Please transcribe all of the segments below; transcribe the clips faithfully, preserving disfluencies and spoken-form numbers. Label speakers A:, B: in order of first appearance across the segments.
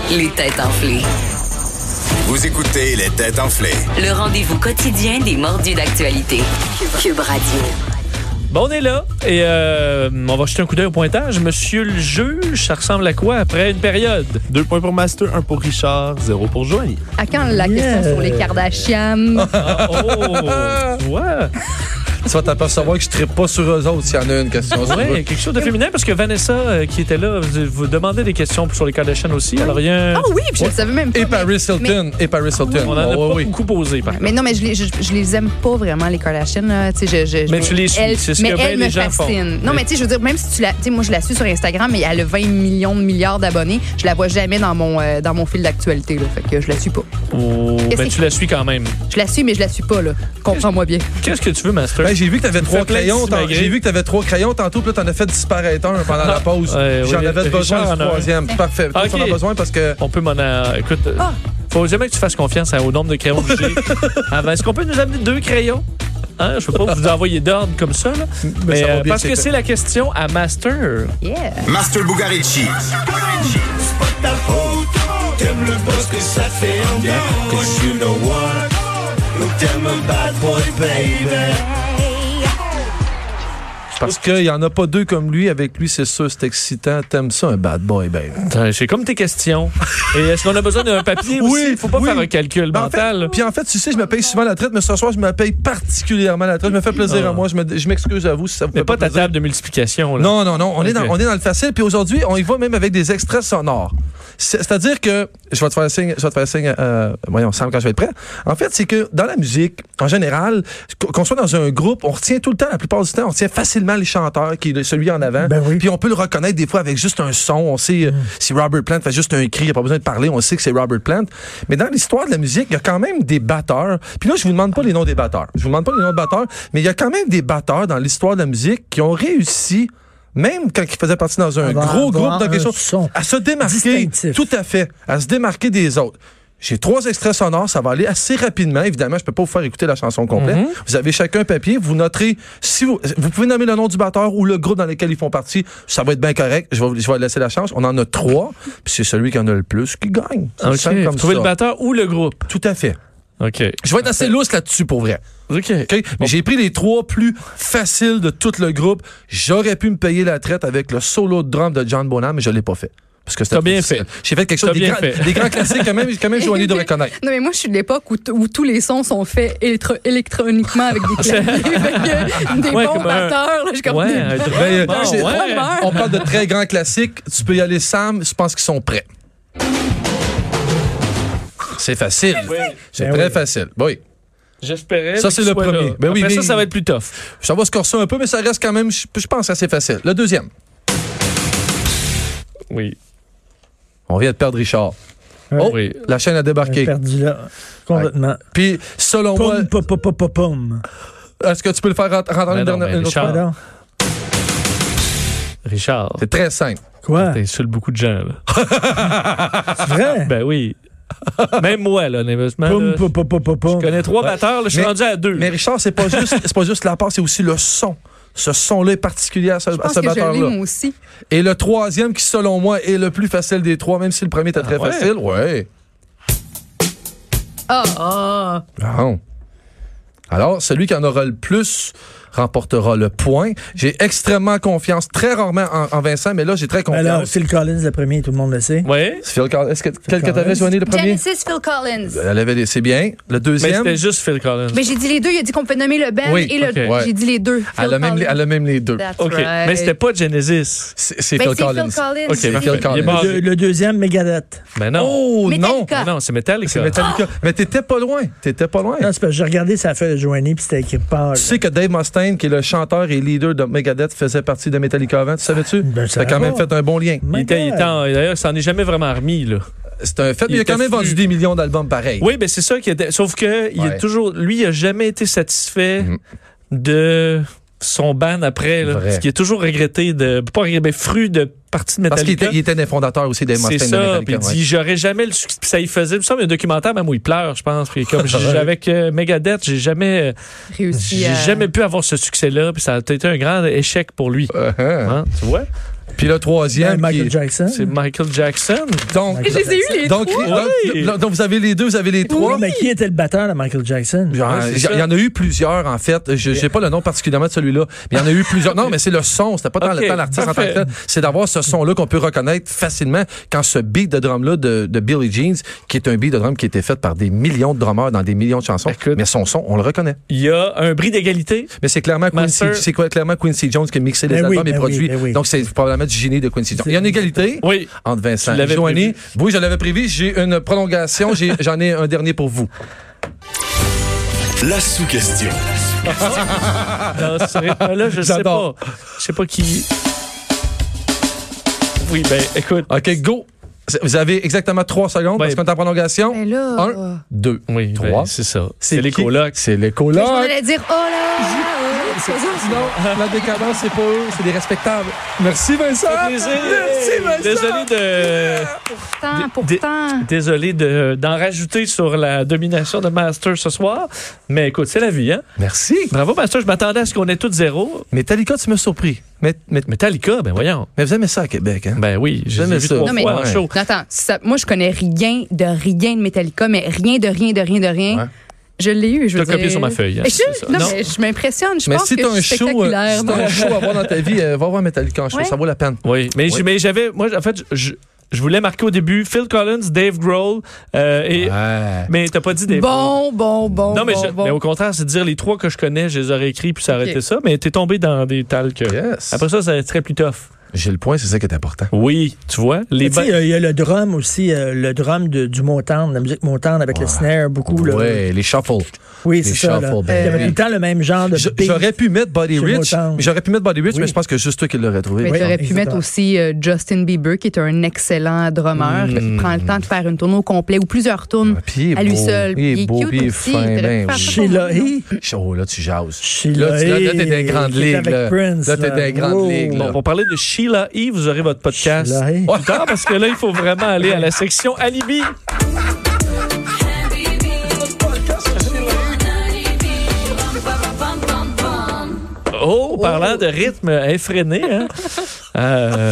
A: Les têtes enflées.
B: Vous écoutez les têtes enflées.
A: Le rendez-vous quotidien des mordus d'actualité. Cube Radio.
C: Bon, on est là et euh, on va jeter un coup d'œil au pointage. Monsieur le juge, ça ressemble à quoi après une période?
D: Deux points pour Master, un pour Richard, zéro pour Joanie.
E: À quand la
F: Yeah.
E: question sur les Kardashians?
C: Ah, oh! Ouais!
F: Tu vas t'apercevoir que je ne trippe pas sur eux autres s'il y en a une question.
C: Ouais, quelque chose de féminin parce que Vanessa, euh, qui était là, vous, vous demandez des questions sur les Kardashians aussi. Alors, il y a un...
E: Ah oui, puis je le savais même pas.
F: Et
E: mais-
F: Paris Hilton. Et Paris Hilton.
C: On en a
F: Oh,
C: pas
F: oui.
C: beaucoup posé, par
E: Mais non, mais je les, je, je les aime pas vraiment, les Kardashians. Là. Tu sais, je, je,
C: Mais
E: je-
C: tu les suis,
E: elle-
C: c'est ce
E: mais
C: que bien
E: elle
C: des
E: me
C: gens font.
E: fascine. Non,
C: Oui.
E: mais tu sais, je veux dire, même si tu la. Tu sais, moi, je la suis sur Instagram, mais elle a vingt millions de milliards d'abonnés. Je la vois jamais dans mon, euh, dans mon fil d'actualité. Là, fait que je la suis pas.
C: Oh,
E: Qu'est-ce
C: ben,
E: que-
C: tu la suis quand même.
E: Je la suis, mais je la suis pas, là. Comprends-moi bien.
C: Qu'est-ce que tu veux, Master?
F: Ben, j'ai vu que t'avais
C: Tu
F: trois
C: fais plein de
F: crayons. tant-
C: simagrées.
F: J'ai vu que t'avais trois crayons tantôt, puis là, t'en as fait disparaître un pendant la pause.
C: Ouais,
F: J'en
C: oui,
F: avais
C: Richard
F: besoin
C: en a
F: du
C: un.
F: troisième. Parfait. Toi,
C: Ok.
F: t'en as besoin parce que.
C: On peut m'en... a- Écoute, euh,
E: Ah.
C: faut jamais que tu fasses confiance hein, au nombre de crayons que j'ai. Ah, ben, est-ce qu'on peut nous amener deux crayons? Hein, je peux pas vous envoyer d'ordre comme ça. Là. Mais,
F: ça va
C: euh,
F: bien,
C: parce
F: c'est
C: que
F: fait.
C: c'est la question à Master.
E: Yeah.
B: Master Bugarici.
G: T'aimes le boss que ça te fait en bien. Cause you know what? Look, t'aimes un bad boy, baby.
F: Parce qu'il n'y en a pas deux comme lui. Avec lui, c'est sûr, c'est excitant. T'aimes ça, un bad boy, ben.
C: Attends, C'est comme tes questions. Et est-ce qu'on a besoin d'un papier
F: Oui,
C: aussi? Il faut pas
F: oui.
C: faire un calcul
F: Ben, en
C: mental.
F: fait, puis en fait, tu sais, je me paye souvent la traite, mais ce soir, je me paye particulièrement la traite. Je me fais plaisir
C: Ah.
F: à moi. Je, me- je m'excuse à vous si ça vous
C: Mais
F: fait
C: pas ta
F: plaisir.
C: table de multiplication. Là.
F: Non, non, non. On, est
C: Ok.
F: dans, on est dans le facile. Puis aujourd'hui, on y va même avec des extraits sonores. C'est- C'est-à-dire que, je vais te faire signe, je vais te faire signe, euh, voyons, Sam, quand je vais être prêt. En fait, c'est que dans la musique, en général, qu'on soit dans un groupe, on retient tout le temps, la plupart du temps, on retient facilement les chanteurs, qui est celui en avant.
H: Ben oui.
F: Puis on peut le reconnaître des fois avec juste un son. On sait euh, si Robert Plant fait juste un cri, il n'y a pas besoin de parler, on sait que c'est Robert Plant. Mais dans l'histoire de la musique, il y a quand même des batteurs. Puis là, je vous demande pas les noms des batteurs. Je vous demande pas les noms de batteurs, mais il y a quand même des batteurs dans l'histoire de la musique qui ont réussi, même quand ils faisaient partie dans un
H: Avoir-
F: gros groupe,
H: avoir
F: dans quelque
H: un
F: chose,
H: son
F: à se démarquer.
H: distinctif.
F: Tout à fait. À se démarquer des autres. J'ai trois extraits sonores, ça va aller assez rapidement. Évidemment, je peux pas vous faire écouter la chanson complète.
C: Mm-hmm.
F: Vous avez chacun un papier, vous noterez, si vous, vous pouvez nommer le nom du batteur ou le groupe dans lequel ils font partie, ça va être bien correct. Je vais, je vais laisser la chance. On en a trois, puis c'est celui qui en a le plus qui gagne. C'est
C: OK.
F: simple comme
C: Trouver
F: ça.
C: le batteur ou le groupe.
F: Tout à fait.
C: OK.
F: Je vais être assez lousse là-dessus pour vrai.
C: OK.
F: OK? Mais j'ai pris les trois plus faciles de tout le groupe. J'aurais pu me payer la traite avec le solo de drum de John Bonham, mais je l'ai pas fait. Parce que c'était
C: T'as bien
F: trop difficile.
C: fait.
F: J'ai fait quelque chose
C: T'as
F: des
C: bien
F: grands,
C: fait.
F: des grands classiques quand même, quand même Joanie devrait connaître.
E: Non, mais moi, je suis de l'époque où, t- où tous les sons sont faits électro- électroniquement avec des claviers. Fait que des
C: Ouais,
E: bons
C: comme un-
E: batteurs, là, je suis comme
C: Ouais,
E: des-
C: un drum.
F: Ben,
C: Bon,
F: c'est-
C: ouais.
F: On parle de très grands classiques. Tu peux y aller, Sam. Je pense qu'ils sont prêts. C'est facile. C'est
H: Ben
F: très
H: oui.
F: facile. Oui.
C: J'espérais.
F: Ça,
C: que
F: c'est
C: tu
F: le
C: sois
F: premier.
C: là.
F: Ben oui,
C: Après
F: mais-
C: ça, ça va être plus tough.
F: Ça va se corser un peu, mais ça reste quand même, je je pense, assez facile. Le deuxième.
C: Oui.
F: On vient de perdre Richard.
H: Ouais.
F: Oh,
C: Oui.
F: la chaîne a débarqué.
H: Perdu là. Complètement.
F: Puis, selon moi,
H: Poum, pom, pom, pom, pom.
F: est-ce que tu peux le faire rentrer rentrer
C: Ben
F: une
C: non,
F: dernière
C: ben
F: une autre
C: Richard.
F: fois?
H: Pardon.
C: Richard.
F: C'est très simple.
H: Quoi?
C: T'insultes beaucoup de gens, là.
H: C'est vrai?
C: Ben oui. Même moi, là, honnêtement.
H: Poum,
C: là,
H: pom, pom, pom, pom,
C: Je
H: pom.
C: connais trois batteurs, là, je suis
F: Mais-
C: rendu à deux.
F: Mais Richard, c'est pas juste, c'est pas juste la part, c'est aussi le son. Ce son-là est particulier à ce,
E: Je
F: à
E: pense
F: ce
E: que je l'ai,
F: batteur-là.
E: moi aussi.
F: Et le troisième, qui selon moi est le plus facile des trois, même si le premier était très
C: ouais?
F: facile. Ouais.
E: Ah, ah.
F: Bon. Alors, celui qui en aura le plus remportera le point. J'ai extrêmement confiance, très rarement en, en Vincent, mais là, j'ai très
H: Ben là,
F: confiance.
H: Phil Collins, le premier, tout le monde le sait.
C: Oui.
F: C'est Phil Collins. Est-ce que, quel que
H: Collins.
F: t'avais, Joanie, le premier?
E: Genesis, Phil Collins.
F: Elle avait des- c'est bien. Le
C: Mais
F: deuxième,
C: c'était juste Phil Collins.
E: Mais j'ai dit les deux. Il a dit qu'on peut nommer le band
F: Oui,
E: et le.
C: ok.
F: Ouais.
E: J'ai dit les deux. Phil
F: elle a, même,
E: Collins.
F: elle a même les deux.
E: That's
C: OK.
E: right.
C: Mais c'était pas Genesis.
F: C'est, c'est
E: Ben,
F: Phil
E: c'est
F: Collins.
E: Phil Collins.
C: OK,
F: C'est
C: parfait.
F: Phil Collins.
C: Il est mort.
H: Le, le deuxième, Megadeth.
C: Ben non.
F: Oh non!
E: Metallica.
C: Ben non, c'est Metallica.
F: C'est Metallica. Mais t'étais pas loin. T'étais pas loin.
H: Non, c'est parce que j'ai regardé sa feuille de Joanie, puis c'était écrit pâle.
F: Tu sais que Dave Mustaine, qui est le chanteur et leader de Megadeth, faisait partie de Metallica avant. Tu savais-tu?
H: Ben, ça
F: T'as quand
H: va.
F: même fait un bon lien.
C: Il était, il était en- D'ailleurs, ça n'en est jamais vraiment remis, là.
F: C'est un fait, mais
C: Il
F: il a quand
C: était
F: même vendu
C: flu.
F: des millions d'albums pareils.
C: Oui, ben c'est ça qui était. Sauf que il
F: Ouais.
C: est toujours. Lui, il a jamais été satisfait
F: Mhm.
C: de son ban après. Là,
F: Vrai.
C: parce qu'il est toujours regretté de. Pas regretté, mais fru de partie de
F: Parce qu'il
C: Metallica.
F: était, il était un des fondateurs aussi des
C: C'est
F: Mustaine de
C: ça,
F: Metallica.
C: puis il
F: ouais.
C: dit j'aurais jamais le succès. Puis ça y faisait. Ça, il y a un documentaire même où il pleure, je pense. Puis comme j'ai- avec euh, Megadeth, j'ai jamais,
E: Réussi
C: j'ai
E: à-
C: jamais pu avoir ce succès-là. Puis ça a été un grand échec pour lui.
F: Uh-huh.
C: Hein, tu vois?
F: Puis le troisième,
H: Michael
F: qui-
H: Jackson.
C: C'est Michael Jackson.
F: donc,
E: Je les ai eu les
F: donc,
E: trois.
F: donc,
C: Oui.
F: donc, donc, vous avez les deux, vous avez les trois.
H: Oui, mais qui était le batteur de Michael Jackson?
F: Genre,
C: Ouais, c'est
F: il y,
C: ça.
F: il y en a eu plusieurs, en fait. Je n'ai pas le nom particulièrement de celui-là, mais il y en a eu plusieurs. Non, mais c'est le son. C'était pas tant,
C: Ok,
F: le temps l'artiste en tant que
C: parfait.
F: tel. C'est d'avoir ce son-là qu'on peut reconnaître facilement quand ce beat de drum-là de, de Billie Jean, qui est un beat de drum qui a été fait par des millions de drummers dans des millions de chansons.
C: Écoute.
F: Mais son son, on le reconnaît.
C: Il y a un bris d'égalité.
F: Mais c'est clairement Quincy,
C: Master.
F: c'est quoi, clairement Quincy Jones qui a mixé les
H: Ben oui,
F: albums et
H: ben
F: produit.
H: oui, ben oui.
F: Donc, c'est probablement du génie de Quincy Jones. Il y a une égalité
C: Oui.
F: entre Vincent
C: Tu
F: et
C: l'avais
F: Joanie.
C: prévu.
F: Oui, je l'avais prévu. J'ai une prolongation. J'ai- J'en ai un dernier pour vous.
B: La sous-question.
C: Dans ce rythme-là, je sais
F: J'adore.
C: pas. Je sais pas qui. Oui, ben, écoute.
F: OK, go. Vous avez exactement trois secondes
C: Ben,
F: parce qu'on est en prolongation.
E: Mais là.
F: Un, deux,
C: Oui,
F: trois.
C: ben, c'est ça. C'est les
F: qui?
C: colocs.
F: C'est les
E: Mais je
F: colocs.
E: m'en allais dire, oh là!
F: Non, la décadence, c'est pas eux, c'est des respectables. Merci Vincent.
C: Désolé,
F: Merci Vincent.
C: désolé de.
E: Pourtant,
C: Dé-
E: pourtant.
C: Désolé de- d'en rajouter sur la domination de Master ce soir. Mais écoute, c'est la vie, hein?
F: Merci.
C: Bravo, Master. Je m'attendais à ce qu'on ait tous zéro.
F: Metallica, tu m'as surpris. Mais, mais,
C: Metallica, ben voyons.
F: mais vous aimez ça à Québec, hein?
C: Ben oui, j'ai
F: J'aimais
C: vu
F: ça.
C: trois
E: Non, mais-
C: fois en
F: Ouais.
C: show.
E: Attends, ça- moi, je connais rien de rien de Metallica, mais rien de rien de rien de rien.
F: Ouais.
E: Je l'ai eu, je
C: T'as
E: veux dire.
C: copié sur ma feuille, hein,
E: Et
C: c'est
E: je,
C: ça.
E: non,
C: Non.
E: mais je m'impressionne. Je
F: Mais
E: pense
F: si
E: que
F: t'as
E: je
F: un
E: suis
F: show, euh,
E: spectaculaire.
F: si t'as un show à voir dans ta vie, euh, va voir Metallica en show,
E: Ouais.
F: ça vaut la peine.
C: Oui, mais,
F: Oui.
C: j'- mais j'avais. Moi, en fait, je, je voulais marquer au début Phil Collins, Dave Grohl. euh, et,
F: Ouais.
C: Mais t'as pas dit Dave Grohl.
E: Bon, bon, bon.
C: Non, mais,
E: bon,
C: je-
E: bon.
C: mais au contraire, c'est de dire les trois que je connais, je les aurais écrits puis ça aurait
E: Ok.
C: été ça. Mais t'es tombé dans des tales que.
F: Yes.
C: Après ça, ça serait plus tough.
F: J'ai le point, c'est ça qui est important.
C: Oui, tu vois. Les
H: Tu sais,
C: ba-
H: il y a- il y, a le drum aussi, euh, le drum de- du Motown, la musique Motown avec le snare, beaucoup. Là.
F: Ouais, les shuffles.
H: Oui,
F: les
H: c'est ça. Là.
F: shuffles, ben
H: Il y avait
F: oui.
H: tout le temps le même genre de
F: Je-
H: beat.
F: J'aurais pu mettre Buddy
H: Chez
F: Rich.
H: Motown.
F: J'aurais pu mettre Buddy Rich,
H: Oui.
F: mais je pense que juste toi qui l'aurais trouvé.
E: Mais
H: Oui,
E: tu aurais pu
H: exactement.
E: mettre aussi euh, Justin Bieber, qui est un excellent drummer, qui prend le temps de faire une tournée au complet ou plusieurs tournes
F: Ah, puis il est
E: à lui
F: beau.
E: seul.
F: Il
E: Puis
F: est beau,
E: cute
F: puis il est
E: aussi.
F: fin,
E: T'aurais pu
F: ben
E: faire
F: oui.
E: ça
H: Sheila
E: pour lui.
H: E.
F: Oh, là, tu jases.
H: Sheila
F: Là, tu- là, là, t'es
H: E,
F: dans les grandes
H: qui était
F: ligues,
H: avec
F: là.
H: Prince,
F: Là, t'es dans les grandes
H: Wow.
F: ligues, là.
C: Bon, pour parler de Sheila E., vous aurez votre podcast
H: Sheila E.
C: plus tard parce que là, il faut vraiment aller à la section Alibi. Oh, parlant de rythme effréné, hein? Euh,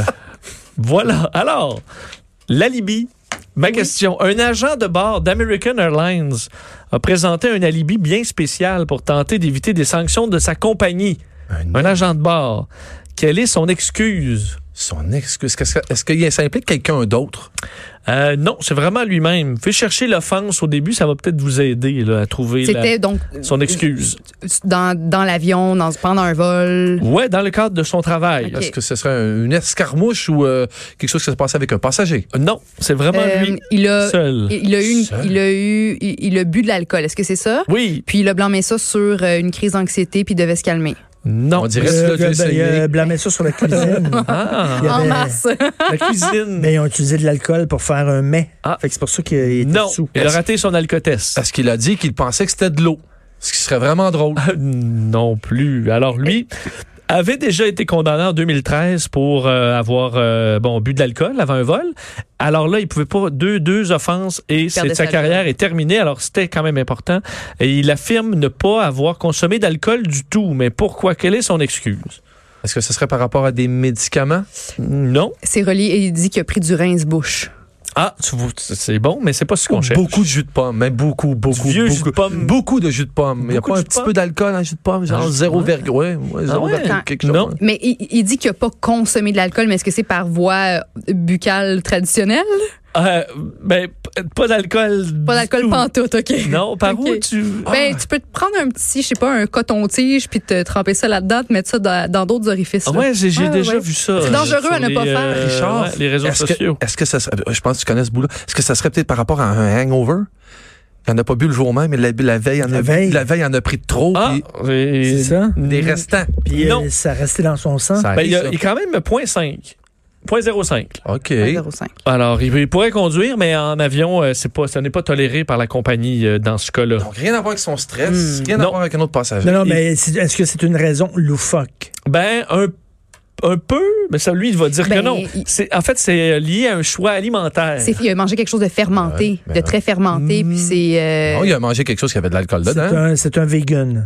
C: voilà. Alors, l'alibi. Ma question. Un agent de bord d'American Airlines a présenté un alibi bien spécial pour tenter d'éviter des sanctions de sa compagnie.
F: Un
C: Un agent de bord. Quelle est son excuse?
F: Son excuse. Est-ce que- est-ce que ça implique quelqu'un d'autre?
C: Euh, non, c'est vraiment lui-même. Faites chercher l'offense au début, ça va peut-être vous aider là, à trouver la-
E: C'était donc
C: son excuse.
E: dans, dans l'avion, dans, pendant un vol.
C: Ouais, dans le cadre de son travail.
E: Ok.
F: Est-ce que ce serait un- une escarmouche ou euh, quelque chose qui se passait avec un passager?
C: Euh, Non, c'est vraiment
E: Euh,
C: lui
E: il a,
C: seul.
E: il, il a eu, une-
F: Seul?
E: il a eu, il, il a bu de l'alcool. Est-ce que c'est ça?
C: Oui,
E: Puis il a blâmé ça sur euh, une crise d'anxiété puis il devait se calmer.
C: non.
F: On dirait
H: Euh,
F: que tu l'as déjà
H: ben, il a
F: essayé.
H: blâmé ça sur la cuisine.
C: Ah,
H: Il y
E: En
H: avait-
E: mars.
C: la cuisine.
H: Mais ils ont utilisé de l'alcool pour faire un mets.
C: Ah.
H: Fait que c'est pour ça qu'il était
C: Non,
H: sous.
C: il a raté son alcotest.
F: Parce qu'il a dit qu'il pensait que c'était de l'eau. Ce qui serait vraiment drôle.
C: Euh, non plus. Alors lui avait déjà été condamné en deux mille treize pour euh, avoir euh, bon bu de l'alcool avant un vol. Alors là, il pouvait pas deux deux offenses et
E: Perdait
C: c'est- sa
E: sa
C: carrière est terminée. Alors c'était quand même important. Et il affirme ne pas avoir consommé d'alcool du tout. Mais pourquoi? Quelle est son excuse?
F: Est-ce que ce serait par rapport à des médicaments?
C: Non.
E: C'est relié et il dit qu'il a pris du rince-bouche.
C: Ah, tu vois, c'est bon, mais c'est pas ce qu'on cherche.
F: Beaucoup de jus de pomme, mais beaucoup, beaucoup,
C: vieux
F: beaucoup.
C: jus de pomme.
F: Beaucoup de jus de pomme. Il n'y a
C: Beaucoup
F: pas
C: de
F: un
C: jus de
F: petit
C: pomme?
F: peu d'alcool dans le jus de pomme, genre
C: Ah,
F: zéro
C: ouais.
F: virgule, ouais, ouais, zéro
C: ouais?
F: virgule quelque chose.
C: Non.
F: ouais.
E: Mais il, il dit qu'il n'a pas consommé de l'alcool, mais est-ce que c'est par voie euh, buccale traditionnelle?
C: Euh, ben, p- pas d'alcool.
E: Pas
C: du
E: d'alcool
C: tout.
E: pantoute, OK.
C: Non, par
E: OK.
C: où tu...
E: Ben, tu peux te prendre un petit, je sais pas, un coton-tige, puis te tremper ça là-dedans, te mettre ça dans dans d'autres orifices.
C: Ah
E: là.
C: ouais, j'ai j'ai
E: Ouais,
C: déjà
E: ouais.
C: vu ça.
E: C'est
C: euh,
E: dangereux
C: sur
E: à ne
C: les,
E: pas faire.
C: euh,
F: Richard,
C: ouais, les réseaux
F: Est-ce
C: sociaux.
F: que, est-ce que ça serait, je pense que tu connais ce bout-là, est-ce que ça serait peut-être par rapport à un hangover? Il n'en a pas bu le jour même, mais la, la veille, il en a,
H: La veille.
F: la veille, il en a pris trop.
C: Ah,
F: puis
C: et-
H: C'est ça?
F: des restants.
H: Puis euh,
C: Non.
H: ça restait dans son sang.
F: Ça
C: Ben, il, y a,
F: arrive,
C: il y a quand même point cinq. point zéro cinq.
F: ça. OK.
E: zéro cinq.
C: Alors, il, il pourrait conduire, mais en avion, euh, c'est pas, ça n'est pas toléré par la compagnie euh, dans ce cas-là.
F: Donc, rien à voir avec son stress,
E: Hmm.
F: rien à
C: Non.
F: voir avec un autre passager.
H: Non, non, mais c'est- est-ce que c'est une raison loufoque?
C: Ben, un, un peu, mais ça, lui, il va dire
E: Ben,
C: que non.
E: il-
C: C'est, en fait, c'est lié à un choix alimentaire.
E: C'est, il a mangé quelque chose de fermenté,
F: Ouais, ben
E: de très fermenté, puis c'est... euh,
F: Non, il a mangé quelque chose qui avait de l'alcool
H: C'est
F: dedans.
H: un, c'est un vegan.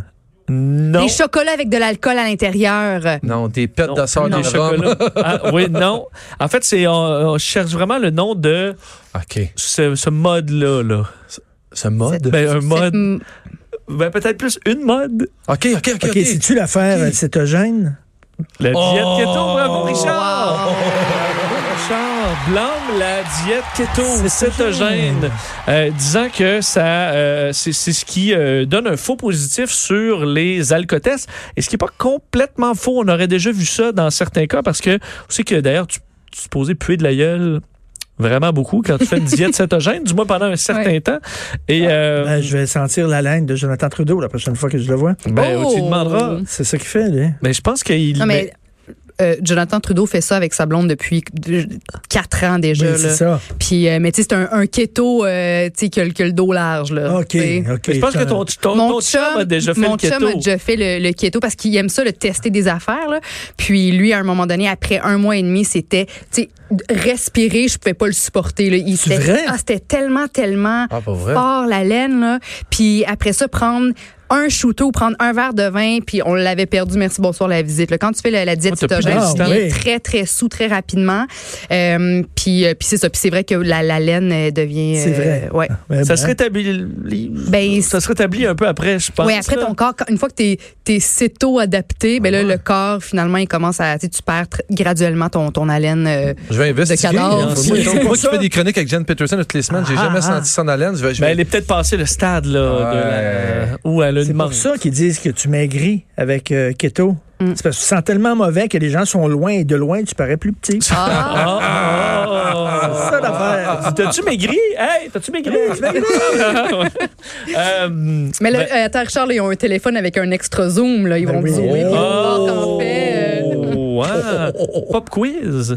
C: Non.
E: Des chocolats avec de l'alcool à l'intérieur.
F: Non, des pets
C: Non,
F: de sort
C: des
F: de rhum.
C: chocolats. Ah, oui, non. En fait, c'est on, on cherche vraiment le nom de
F: OK.
C: ce, ce mode-là. Là.
F: Ce mode?
C: Ben, un mode.
E: C'est-
C: Ben, peut-être plus une mode.
F: OK, OK, OK.
H: OK,
F: OK.
H: c'est-tu l'affaire euh, cétogène?
C: La
F: Oh!
C: diète keto. Bravo, Richard.
E: Wow.
C: Richard blâme la diète keto cétogène, euh, disant que ça, euh, c'est, c'est ce qui euh, donne un faux positif sur les alcotests. Et ce qui n'est pas complètement faux. On aurait déjà vu ça dans certains cas parce que on sait que d'ailleurs, tu, tu te posais puer de la gueule vraiment beaucoup quand tu fais une diète cétogène, du moins pendant un certain
E: Ouais.
C: temps. Et euh,
H: Ben, je vais sentir la laine de Jonathan Trudeau la prochaine fois que je le vois.
C: ben,
E: Oh!
C: tu lui demanderas.
H: C'est ça qu'il fait, lui.
C: Mais je pense qu'il.
E: Non, mais euh, Jonathan Trudeau fait ça avec sa blonde depuis de- quatre ans déjà.
H: Oui,
E: là.
H: c'est ça.
E: Puis, euh, mais tu sais, c'est un, un keto euh, tu sais, qui a, le- qui a le dos large. Là,
H: OK,
E: tu sais.
H: OK.
C: Mais je pense que ton, ton,
E: Mon
C: ton chum a déjà fait
E: mon
C: le
E: chum
C: keto.
E: a déjà fait le, le keto parce qu'il aime ça, le tester des affaires. Là. Puis lui, à un moment donné, après un mois et demi, c'était, tu sais, respirer, je pouvais pas le supporter. Là. Il
H: C'est
E: c'était,
H: vrai?
E: ah, c'était tellement, tellement
F: Ah, pas vrai?
E: fort la laine. Là. Puis après ça, prendre un shooter ou prendre un verre de vin, puis on l'avait perdu. Merci, bonsoir, la visite. Là. Quand tu fais la, la diète
C: Oh, t'as plus
E: cétogène,
H: de
E: tu
H: temps.
E: deviens
H: Oui.
E: très, très sous très rapidement. Euh, puis, euh, puis c'est ça. Puis c'est vrai que la, la laine euh, devient...
H: C'est vrai.
E: euh, ouais.
H: Ouais,
C: Ça
H: ben,
C: se rétablit,
E: Ben,
C: ça se rétablit un peu après, je pense.
E: Oui, après
C: là.
E: ton corps, quand- une fois que t'es es céto-adapté, ben là, le corps, finalement, il commence à, tu sais, tu perds tr- graduellement ton, ton haleine. euh,
F: Je vais investiguer.
E: De cadavre.
F: Moi,
H: C'est
F: moi,
H: pour
F: moi qui
H: ça.
F: fais des chroniques avec Jen Peterson toutes les semaines, j'ai
H: Ah,
F: jamais
H: ah.
F: senti ça dans la laine. Je vais, je
C: Ben,
F: vais-
C: elle est peut-être passée le stade là, de la-
F: Ouais.
C: où elle a
H: C'est
C: une
H: pour
C: manque.
H: ça qu'ils disent que tu maigris avec euh, keto.
E: Mm.
H: C'est parce que tu sens tellement mauvais que les gens sont loin et de loin, tu parais plus petit.
E: Ah!
C: Ah, ah,
H: C'est ça l'affaire.
C: T'as-tu maigri? Hey, t'as-tu maigri? euh,
E: Mais là,
C: ben-
E: euh, attends, Richard, là, ils ont un téléphone avec un extra zoom. Là, ils
H: Ben
E: vont
H: oui.
E: zoomer pour voir qu'en
C: Oh,
E: fait. euh,
C: ouais. Pop quiz.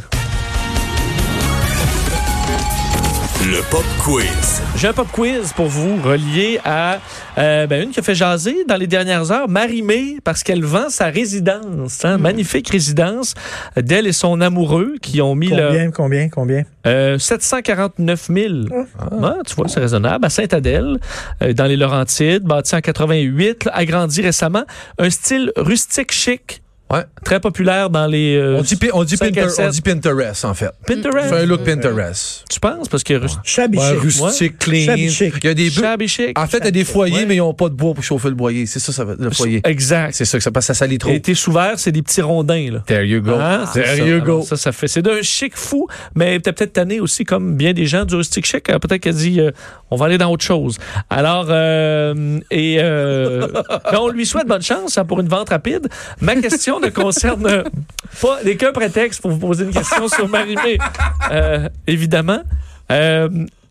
B: Le Pop Quiz.
C: J'ai un pop quiz pour vous relié à euh, ben, une qui a fait jaser dans les dernières heures, Marie-Mé, parce qu'elle vend sa résidence. Hein, magnifique résidence d'elle et son amoureux qui ont mis le,
H: Combien, combien, combien?
C: euh, sept cent quarante-neuf mille. Ah, tu vois, c'est raisonnable. À Sainte-Adèle, euh, dans les Laurentides, bâti en quatre-vingt-huit, là, agrandi récemment. Un style rustique chic.
F: Ouais.
C: Très populaire dans les. euh,
F: On dit, pi- on, dit
C: cinq à
F: Pinter-
C: sept.
F: on dit Pinterest, en fait.
C: Pinterest.
F: C'est un look Pinterest.
C: Tu penses? Parce que rus-
H: Shabby
F: Ouais,
H: chic.
F: rustique, clean.
H: Shabby chic.
F: Il y a des bu-
C: shabby chic.
F: En fait, il y a des foyers,
C: Ouais.
F: mais ils n'ont pas de bois pour chauffer le boyer. C'est ça, ça va, le foyer.
C: Exact.
F: C'est ça que ça passe, ça salit trop.
C: Et tes sous-verts, c'est des petits rondins, là.
F: There you go.
C: Hein? C'est
F: There
C: ça.
F: you
C: Alors,
F: go.
C: Ça, ça fait. C'est d'un chic fou, mais t'as peut-être tanné aussi, comme bien des gens du rustique chic. Alors, peut-être qu'elle dit, euh, on va aller dans autre chose. Alors, euh, et euh, ben, on lui souhaite bonne chance hein, pour une vente rapide. Ma question ne concerne pas n'est qu'un prétexte pour vous poser une question sur Marie-Mé, euh, évidemment. Euh,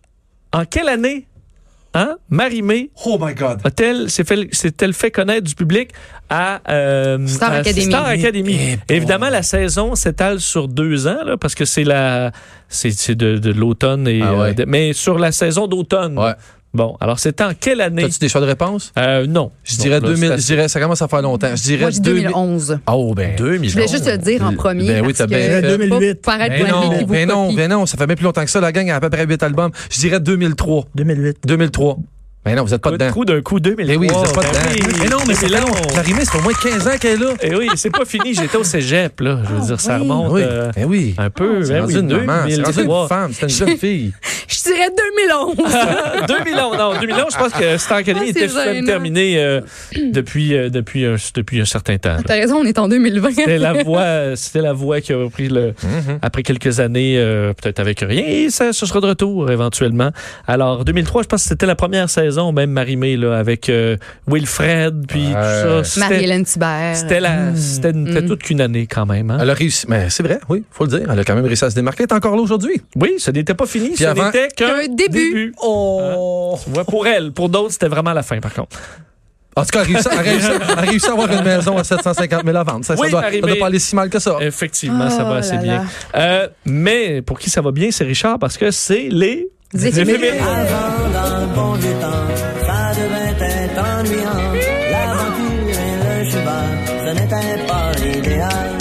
C: en quelle année, hein, Marie-Mé
F: Oh my God.
C: a-t-elle s'est fait, s'est-elle fait connaître du public à, euh,
E: Star
C: à
E: Academy.
C: Star Academy.
F: Eh,
C: Évidemment, la saison s'étale sur deux ans là, parce que c'est la c'est, c'est de, de l'automne et
F: Ah ouais.
C: euh, de- mais sur la saison d'automne.
F: Ouais.
C: Bon, alors c'était en quelle année?
F: T'as-tu des choix de réponse?
C: Euh, non.
F: Je dirais
C: Donc, là,
F: deux mille.
C: c'est
F: Je dirais, ça commence à faire longtemps. Je dirais
E: Moi, je dis
F: deux
E: deux
F: mille
E: mille onze.
F: Oh, ben.
C: deux mille.
E: Je voulais juste le dire en premier.
F: Ben oui,
E: parce
F: t'as
E: que-
F: bien fait.
H: deux mille huit.
E: Pas paraître
F: Ben
E: pour
F: non,
E: qui vous
F: ben non,
E: copie.
F: ben non, ça fait bien plus longtemps que ça. La gang a à peu près huit albums. Je dirais deux mille trois.
H: deux mille huit.
F: deux mille trois. Ben non, vous êtes pas
C: Coup de
F: dedans.
C: coup d'un coup deux mille trois.
F: Ben oui, vous êtes pas
C: Ben
F: dedans.
C: oui,
F: Mais non, mais c'est
C: là.
F: long. Marie-Mé, ça fait au moins quinze ans qu'elle est là.
C: Et oui, c'est pas fini. J'étais au cégep, là. Je veux
E: Ah,
C: dire, ça
E: oui.
C: remonte
F: Oui,
C: euh,
F: ben oui.
C: un peu.
F: C'est
C: Ben
F: rendu
C: oui,
F: une maman, c'est rendu une
C: deux mille trois.
F: femme, c'est une jeune fille.
E: Je dirais deux mille onze.
C: deux mille onze, non, deux mille onze, je pense que Star Academy
E: Ah, c'est
C: était
E: gênant.
C: terminé euh, depuis, euh, depuis, un, depuis un certain temps. là.
E: T'as raison, on est en deux mille vingt.
C: C'était la voix, c'était la voix qui a repris le, après quelques années, euh, peut-être avec rien, et ça, ce sera de retour éventuellement. Alors, deux mille trois, je pense que c'était la première saison, même Marie-Mé, là, avec euh, Wilfred, puis
F: Ouais.
C: tout ça. C'était,
E: Marie-Hélène Thibert.
C: c'était, la, c'était, une- c'était
E: Mm.
C: toute qu'une année quand même. Hein?
F: Elle a réussi. Mais c'est vrai, oui, faut le dire. Elle a quand même réussi à se démarquer. Elle est encore là aujourd'hui.
C: Oui, ce n'était pas fini, ce
F: avant-
C: n'était qu'un
E: Qu'un début.
F: Oh!
C: Tu vois, pour elle, pour d'autres, c'était vraiment la fin, par contre.
F: En tout cas, elle a réussi, elle a réussi- elle a réussi à avoir une maison à sept cent cinquante mille à vendre. Ça, ça
C: Oui,
F: doit,
C: Marie-Mé.
F: ça doit pas aller si mal que ça.
C: Effectivement, ça va
E: Oh
C: assez
E: là
C: bien.
E: là.
C: Euh, mais pour qui ça va bien, c'est Richard, parce que c'est les...
E: Des éphémérides.
G: Avant, dans le bon vieux temps, ça devait être ennuyant. L'aventure et le cheval, ce n'était pas l'idéal.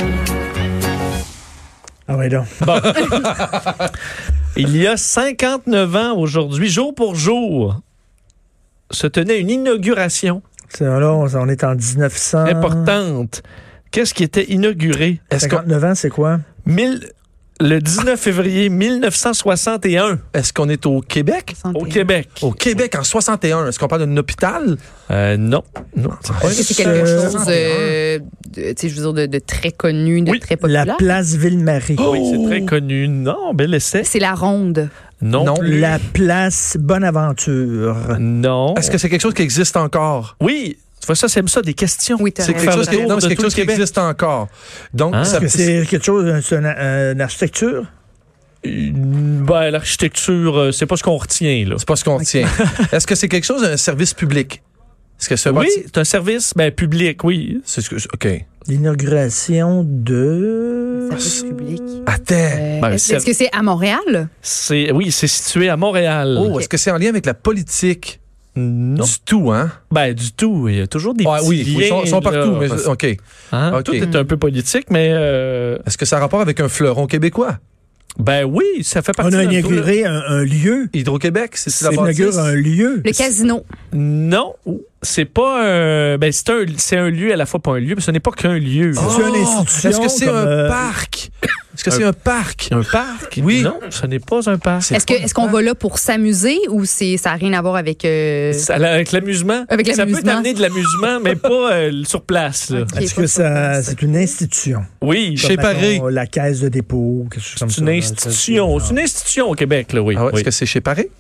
H: Ah ouais, donc.
C: Bon. Il y a cinquante-neuf ans aujourd'hui, jour pour jour, se tenait une inauguration
H: C'est, là, on, on est en dix-neuf cents.
C: Importante. Qu'est-ce qui était inauguré? Est-ce qu'on...
H: cinquante-neuf ans, c'est quoi?
C: Mille... Le dix-neuf février mille neuf cent soixante et un.
F: Est-ce qu'on est au Québec?
C: Au Québec.
F: Au Québec, en soixante et un. Est-ce qu'on parle d'un hôpital?
C: Euh, non. Non.
E: Est-ce que c'est quelque chose euh, de, tu sais, je veux dire, de, de très connu, de
C: Oui.
E: très populaire?
H: La place Ville-Marie.
C: Oui, c'est très connu. Non, bel essai.
E: C'est la ronde.
C: Non.
F: Non.
C: plus.
H: La place Bonaventure.
C: Non.
F: Est-ce que c'est quelque chose qui existe encore?
C: Oui. Tu vois, ça, c'est ça, des questions.
E: Oui, t'as
F: C'est
E: raison.
F: quelque chose, qui,
C: Faire le
F: non,
C: tour
F: c'est
C: de
F: quelque
C: tout
F: chose qui
C: le Québec.
F: existe encore. Donc,
C: Hein?
F: ça,
H: Est-ce que c'est quelque chose, c'est une, une architecture?
C: Euh, Ben, l'architecture, euh, c'est pas ce qu'on retient, là.
F: c'est pas ce qu'on tient. Est-ce que c'est quelque chose d'un service public? Est-ce que c'est
C: Oui, c'est un service ben, public, oui.
F: C'est ce que, OK.
H: L'inauguration de...
E: Service public.
F: Attends.
E: Euh,
C: Ben,
E: est-ce,
C: c'est-
E: est-ce que c'est à Montréal?
C: C'est, oui, c'est situé à Montréal.
F: Oh, est-ce que c'est en lien avec la politique?
C: Non.
F: Du tout, hein?
C: Ben, du tout. Il y a toujours des
F: Ah,
C: petits
F: oui, oui, ils sont,
C: liens,
F: ils sont partout.
C: là,
F: Mais,
C: parce-
F: OK.
C: hein,
F: OK.
C: Tout est un peu politique, mais euh,
F: Est-ce que ça a rapport avec un fleuron québécois?
C: ben oui, ça fait
H: On
C: partie
H: a
C: d'un tout, là.
H: inauguré un, un lieu.
F: Hydro-Québec, c'est
H: On inaugure un lieu.
E: Le casino.
C: Non, c'est pas un. Ben, c'est un, c'est un lieu à la fois, pas un lieu, mais ce n'est pas qu'un lieu. là.
H: C'est une institution.
F: Est-ce que c'est
H: comme,
F: un
H: euh,
F: parc? Est-ce que c'est un parc?
C: Un parc?
F: Oui.
C: Non, ce n'est pas un parc.
E: Est-ce, que, est-ce qu'on va là pour s'amuser ou c'est, ça n'a rien à voir avec... euh,
C: Ça- avec l'amusement.
E: Avec
C: Ça peut
E: l'amusement.
C: t'amener de l'amusement, mais pas euh, sur place. Là.
E: Ok,
H: Est-ce
E: pas
H: que
E: sur
H: ça,
E: place.
H: c'est une institution?
C: Oui,
F: Chez
H: Comme,
F: Paris.
H: mettons, la caisse de dépôt, quelque chose comme
C: c'est
H: ça.
C: une
H: là.
C: institution. C'est une institution au Québec, là, oui.
F: Ah ouais,
C: oui.
F: Est-ce que c'est chez Paris?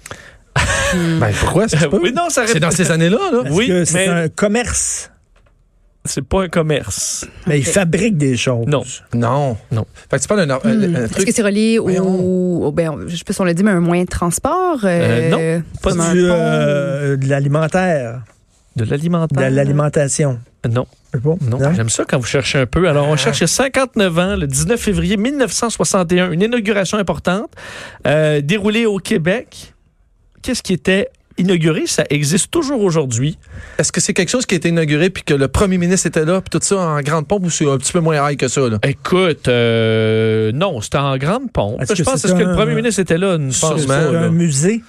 F: ben, pourquoi? C'est pas?
C: oui, non, ça
F: C'est
C: répond-
F: dans ces années-là, là?
H: Est-ce
C: Oui,
H: que c'est
C: mais-
H: un commerce?
C: C'est pas un commerce.
H: Mais il fabrique des choses.
C: Non.
F: Non.
C: Non.
F: Fait que tu parles d'un un-
E: Hmm.
F: un
E: Est-ce
F: truc.
E: que c'est relié au,
F: Voyons.
E: au- ben, je sais pas si on l'a dit, mais un moyen de transport?
C: Euh, non, pas
E: comme un
H: Du,
E: pont?
H: euh, de l'alimentaire,
C: De
H: de
C: l'alimentaire?
H: l'alimentation.
C: Non.
H: Je sais pas.
C: Non, j'aime ça quand vous cherchez un peu. Alors, on cherche il y a cinquante-neuf ans, le dix-neuf février mille neuf cent soixante et un, une inauguration importante euh, déroulée au Québec. Qu'est-ce qui était inauguré? Ça existe toujours aujourd'hui.
F: Est-ce que c'est quelque chose qui a été inauguré puis que le premier ministre était là puis tout ça en grande pompe ou c'est un petit peu moins high que ça, là?
C: Écoute, euh, non, c'était en grande pompe.
H: Est-ce
C: Je
H: que
C: pense
H: c'est
C: est-ce que
H: un-
C: le premier ministre était là. Une
F: pense
H: C'est
F: pas,
H: un
F: là.
H: musée.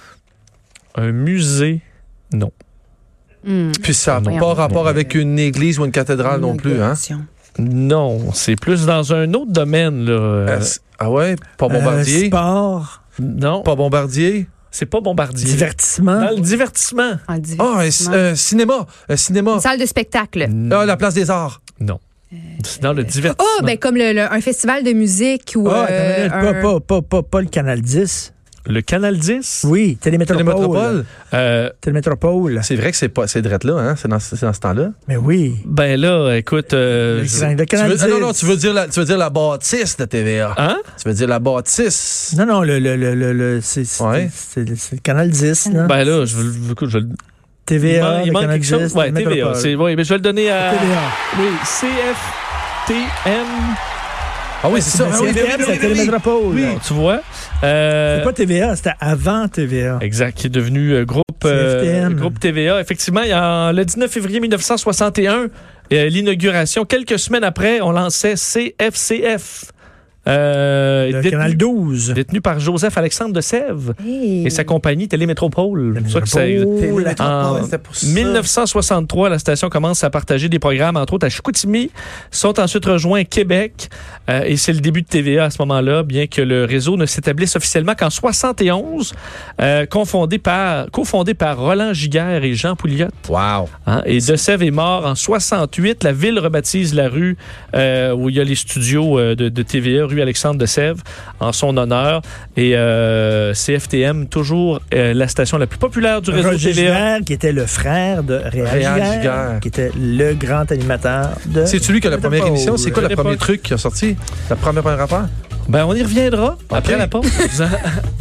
C: Un musée? Non.
E: Hmm.
F: Puis ça n'a
E: Voyons.
F: pas rapport avec une église ou une cathédrale non plus, hein?
E: Inauguration.
C: Non, c'est plus dans un autre domaine. Là. Euh,
F: Est-ce- Ah ouais? Pas
H: Un
F: Bombardier?
H: sport.
C: non,
F: Pas Bombardier?
C: c'est pas Bombardier.
H: Divertissement.
C: Dans le divertissement.
E: En
F: Ah, un,
E: divertissement.
F: un cinéma. Un cinéma.
E: Une salle de spectacle.
F: Ah, la place des arts.
C: Non. C'est dans le divertissement.
E: Oh, ben comme le, le- un festival de musique ou
H: Ah,
E: euh,
H: attends une minute,
E: un-
H: pas, pas, pas, pas, pas le Canal dix.
C: Le Canal dix?
H: Oui, Télémétropole.
F: Télémétropole.
C: Euh,
H: Télémétropole.
F: C'est vrai que c'est pas, c'est drette là, hein? C'est dans, c'est dans ce temps-là.
H: Mais oui.
C: ben là, écoute... euh,
H: Le,
C: je-
H: grand- le
F: Tu
H: Canal
F: veux-
H: dix.
F: ah, non, non, tu veux dire la, tu veux dire la bâtisse de T V A.
C: Hein?
F: Tu veux dire la bâtisse.
H: Non, non, le, le, le, le, le- c'est, c'est,
F: Ouais.
H: c'est, c'est le Canal dix. Là.
C: Ben là, je veux... écoute, je veux-
H: T V
C: il,
H: A,
C: man- il
H: le
C: manque
H: Canal
C: quelque chose.
H: dix,
C: Ouais, T V A.
H: Télémétropole.
C: C'est, oui, mais je vais le donner à...
H: T V A.
C: Oui, C F T M.
F: Ah oui, c'est ça. Ah oui,
H: T V A,
F: oui, oui,
H: c'est
F: oui, oui.
H: Télémétropole.
C: Bon, tu vois? Euh,
H: C'est pas T V A, c'était avant T V A.
C: Exact, qui est devenu euh, groupe, euh,
H: C F T M.
C: groupe T V A. Effectivement, il y a, en- le dix-neuf février mille neuf cent soixante et un, euh, l'inauguration. Quelques semaines après, on lançait C F C F. Euh,
H: Le
C: détenu,
H: Canal douze.
C: détenu par Joseph-Alexandre de Sèvres
E: Hey.
C: et sa compagnie Télémétropole. C'est pour ça que ça existe.
H: Télémétropole.
C: En
F: C'était pour ça.
C: mille neuf cent soixante-trois, la station commence à partager des programmes, entre autres à Chicoutimi, sont ensuite rejoints Québec, euh, et c'est le début de T V A à ce moment-là, bien que le réseau ne s'établisse officiellement qu'en soixante et onze, euh, confondé par, cofondé par Roland Giguère et Jean Pouliot.
F: Wow.
C: Hein, et De Sèvres est mort en soixante-huit. La ville rebaptise la rue euh, où il y a les studios euh, de, de T V A, rue Alexandre de Sèvres, en son honneur. Et euh, C F T M, toujours euh, la station la plus populaire du réseau
H: Roger
C: T V A.
H: Giguère, qui était le frère de Réal
F: Réal
H: Giguère,
F: Giguère.
H: qui était le grand animateur de...
F: C'est-tu lui qui a la première
H: Télémétropole.
F: émission? C'est quoi le
C: l'époque.
F: premier truc qui a sorti? La première première affaire?
C: Ben, on y reviendra après
F: Ok.
C: la pause.